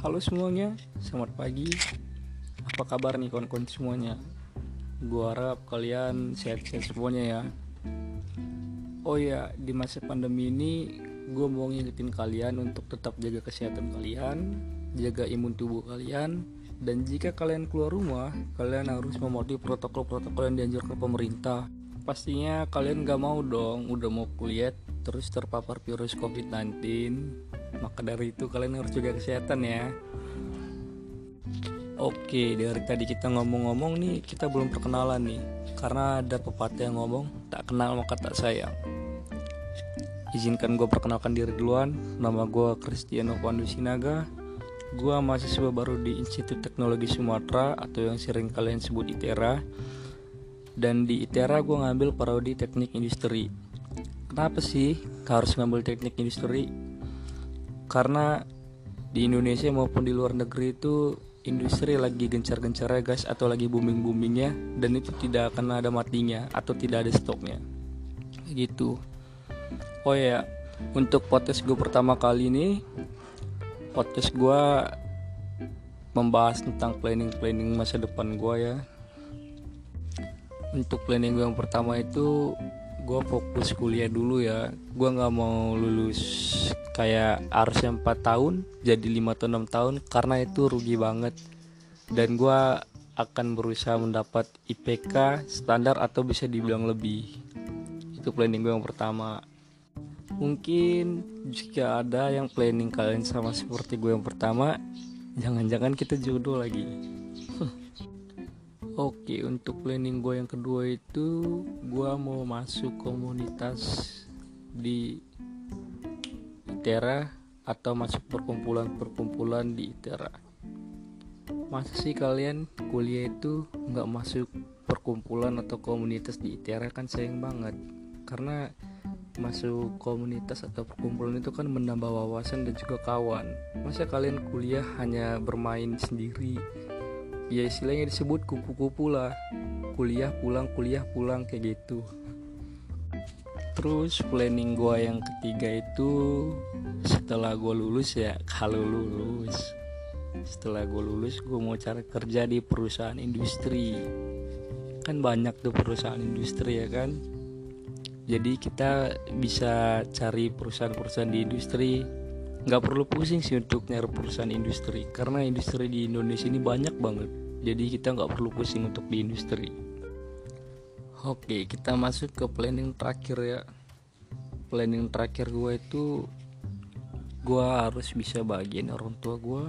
Halo semuanya, selamat pagi. Apa kabar nih kawan-kawan semuanya? Gua harap kalian sehat-sehat semuanya ya. Oh ya, di masa pandemi ini gue mau ngingetin kalian untuk tetap jaga kesehatan kalian, jaga imun tubuh kalian, dan jika kalian keluar rumah, kalian harus mematuhi protokol-protokol yang dianjurkan pemerintah. Pastinya kalian gak mau dong udah mau kuliah terus terpapar virus COVID-19. Maka dari itu kalian harus jaga kesehatan ya. Oke, dari tadi kita ngomong-ngomong nih, kita belum perkenalan nih. Karena ada pepatah yang ngomong, tak kenal maka tak sayang. Izinkan gue perkenalkan diri duluan. Nama gue Kristiano Pandusinaga. Gue mahasiswa baru di Institut Teknologi Sumatera atau yang sering kalian sebut ITERA. Dan di ITERA gue ngambil prodi teknik industri. Kenapa sih harus ngambil teknik industri? Karena di Indonesia maupun di luar negeri itu industri lagi gencar-gencarnya guys, atau lagi booming-boomingnya, dan itu tidak akan ada matinya atau tidak ada stoknya gitu. Oh ya, untuk podcast gue pertama kali ini, podcast gue membahas tentang planning masa depan gue ya. Untuk planning gue yang pertama itu, gue fokus kuliah dulu ya. Gue gak mau lulus kayak harusnya 4 tahun jadi 5 atau 6 tahun, karena itu rugi banget. Dan gue akan berusaha mendapat IPK standar atau bisa dibilang lebih. Itu planning gue yang pertama. Mungkin jika ada yang planning kalian sama seperti gue yang pertama, jangan-jangan kita jodoh lagi. Oke, untuk planning gue yang kedua itu, gue mau masuk komunitas di ITERA atau masuk perkumpulan di ITERA. Masa sih kalian kuliah itu gak masuk perkumpulan atau komunitas di ITERA? Kan sayang banget. Karena masuk komunitas atau perkumpulan itu kan menambah wawasan dan juga kawan. Masa kalian kuliah hanya bermain sendiri? Ya istilahnya disebut kupu-kupu lah. Kuliah pulang kayak gitu. Terus planning gue yang ketiga itu, setelah gue lulus ya, setelah gue lulus gue mau cari kerja di perusahaan industri. Kan banyak tuh perusahaan industri ya kan. Jadi kita bisa cari perusahaan-perusahaan di industri. Gak perlu pusing sih untuk nyari perusahaan industri, karena industri di Indonesia ini banyak banget. Jadi kita gak perlu pusing untuk di industri. Oke, kita masuk ke planning terakhir ya. Planning terakhir gue itu, gue harus bisa bahagiain orang tua gue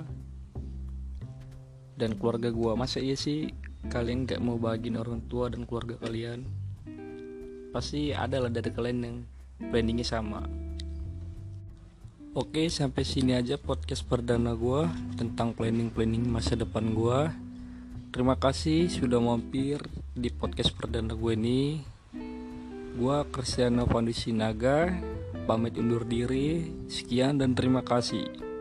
dan keluarga gue. Masa iya sih kalian gak mau bahagiain orang tua dan keluarga kalian? Pasti ada lah dari kalian yang planningnya sama. Oke, sampai sini aja podcast perdana gue tentang planning masa depan gue. Terima kasih sudah mampir di podcast perdana gue ini. Gue Kristiano Pandusinaga, pamit undur diri. Sekian dan terima kasih.